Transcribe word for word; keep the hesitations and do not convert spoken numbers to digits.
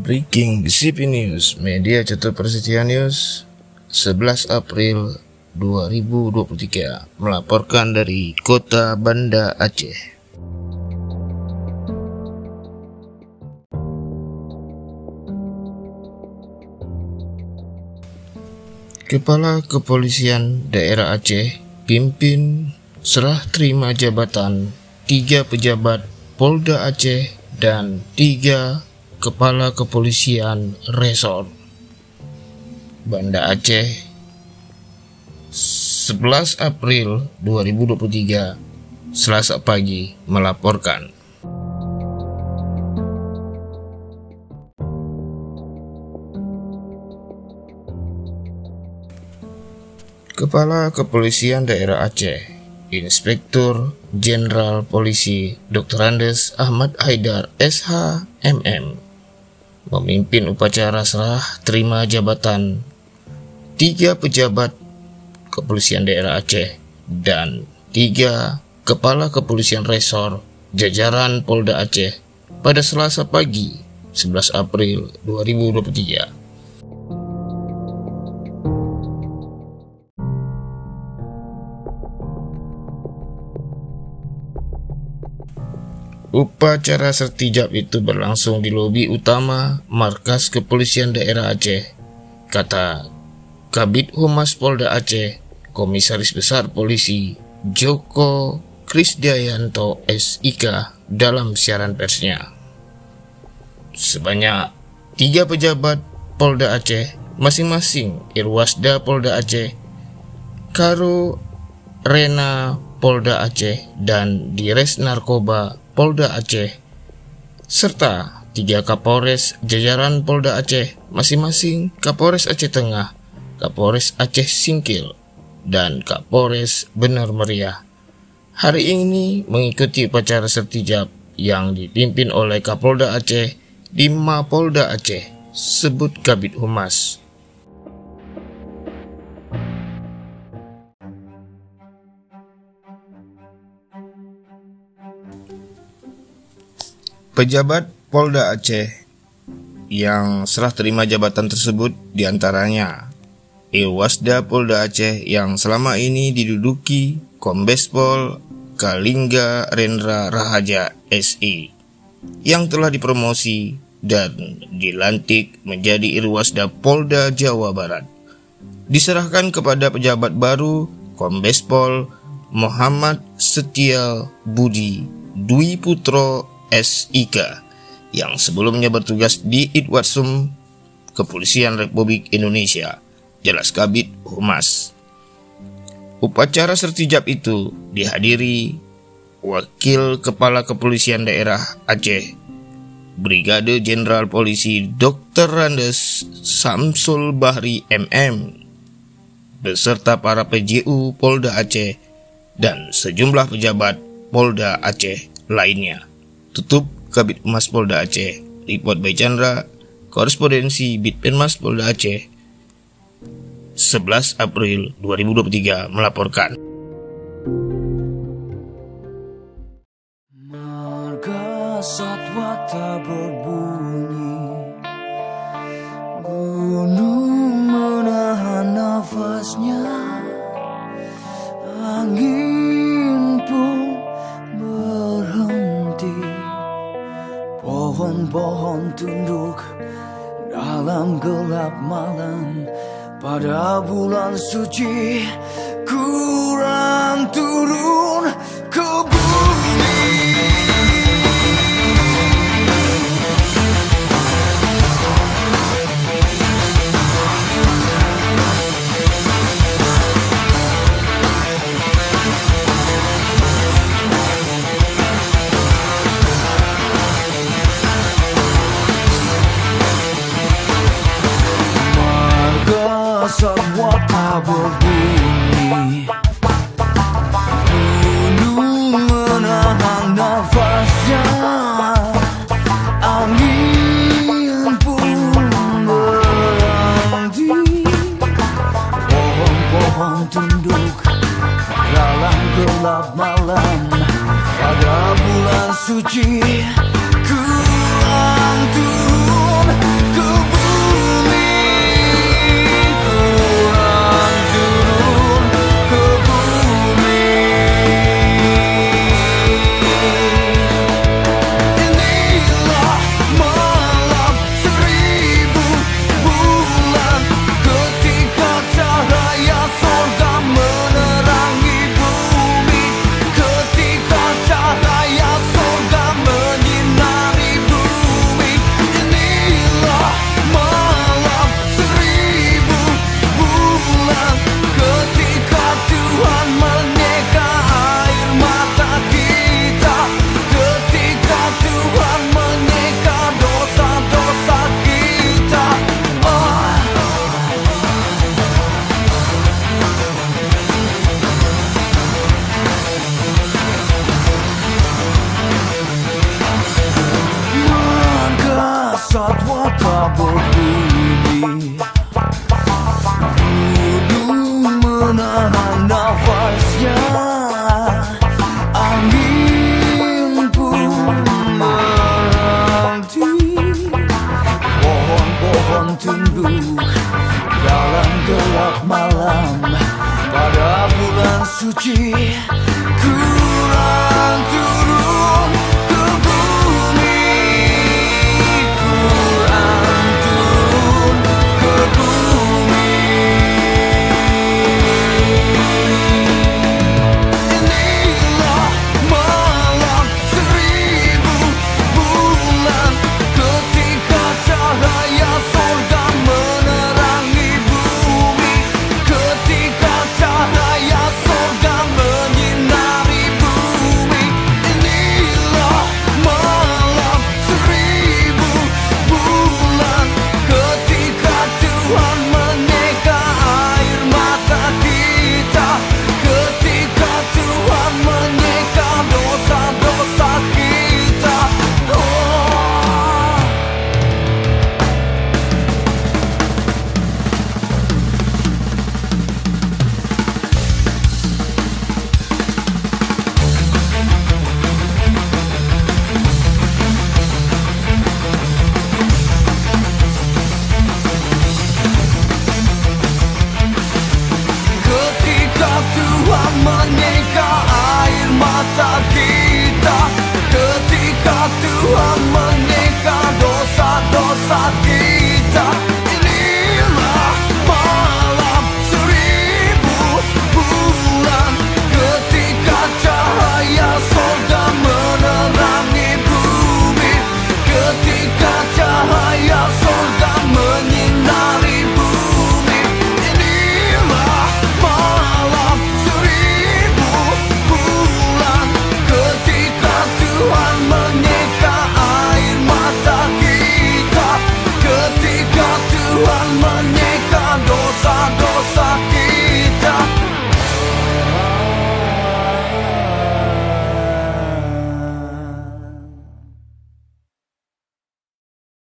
Breaking C P News, Media Cetuk Prasetya News, sebelas April dua ribu dua puluh tiga, melaporkan dari Kota Banda Aceh. Kepala Kepolisian Daerah Aceh pimpin serah terima jabatan tiga pejabat Polda Aceh dan tiga Kepala Kepolisian Resor Banda Aceh sebelas April dua ribu dua puluh tiga, Selasa pagi, melaporkan. Kepala Kepolisian Daerah Aceh, Inspektur Jenderal Polisi Doktor Andes Ahmad Haidar S H M M memimpin upacara serah terima jabatan tiga pejabat Kepolisian Daerah Aceh dan tiga Kepala Kepolisian Resor jajaran Polda Aceh pada Selasa pagi sebelas April dua ribu dua puluh tiga. Upacara sertijab itu berlangsung di lobi utama Markas Kepolisian Daerah Aceh, kata Kabid Humas Polda Aceh, Komisaris Besar Polisi Joko Krisdayanto S I K dalam siaran persnya. Sebanyak tiga pejabat Polda Aceh, masing-masing Irwasda Polda Aceh, Karo Rena Polda Aceh, dan Dires Narkoba Polda Aceh, serta tiga Kapolres jajaran Polda Aceh, masing-masing Kapolres Aceh Tengah, Kapolres Aceh Singkil, dan Kapolres Benar Meriah, hari ini mengikuti upacara sertijab yang dipimpin oleh Kapolda Aceh di Mapolda Aceh, sebut Kabid Humas. Pejabat Polda Aceh yang serah terima jabatan tersebut diantaranya Irwasda Polda Aceh yang selama ini diduduki Kombes Pol Kalingga Rendra Rahaja S I yang telah dipromosi dan dilantik menjadi Irwasda Polda Jawa Barat. Diserahkan kepada pejabat baru Kombes Pol Muhammad Setia Budi Dwi Putro S I K yang sebelumnya bertugas di Itwatsum Kepolisian Republik Indonesia, jelas Kabid Humas. Upacara sertijab itu dihadiri Wakil Kepala Kepolisian Daerah Aceh, Brigade Jenderal Polisi Doktor Andes Samsul Bahri M M, beserta para P J U Polda Aceh dan sejumlah pejabat Polda Aceh lainnya. Tutup Kabid Humas Polda Aceh. Report by Chandra, korespondensi Bitpenmas Polda Aceh, sebelas April dua ribu dua puluh tiga, melaporkan. Marga satwa tak berbunyi, gunung menahan nafasnya, angin pun berhenti, pohon-pohon tunduk dalam gelap malam. Pada bulan suci Quran turun ke bumi. Satwa tak berbunyi, gunung menahan nafasnya, angin pun berhenti, pohon-pohon tunduk dalam gelap malam. Pada bulan suci Quran turun gelap malam pada bulan suci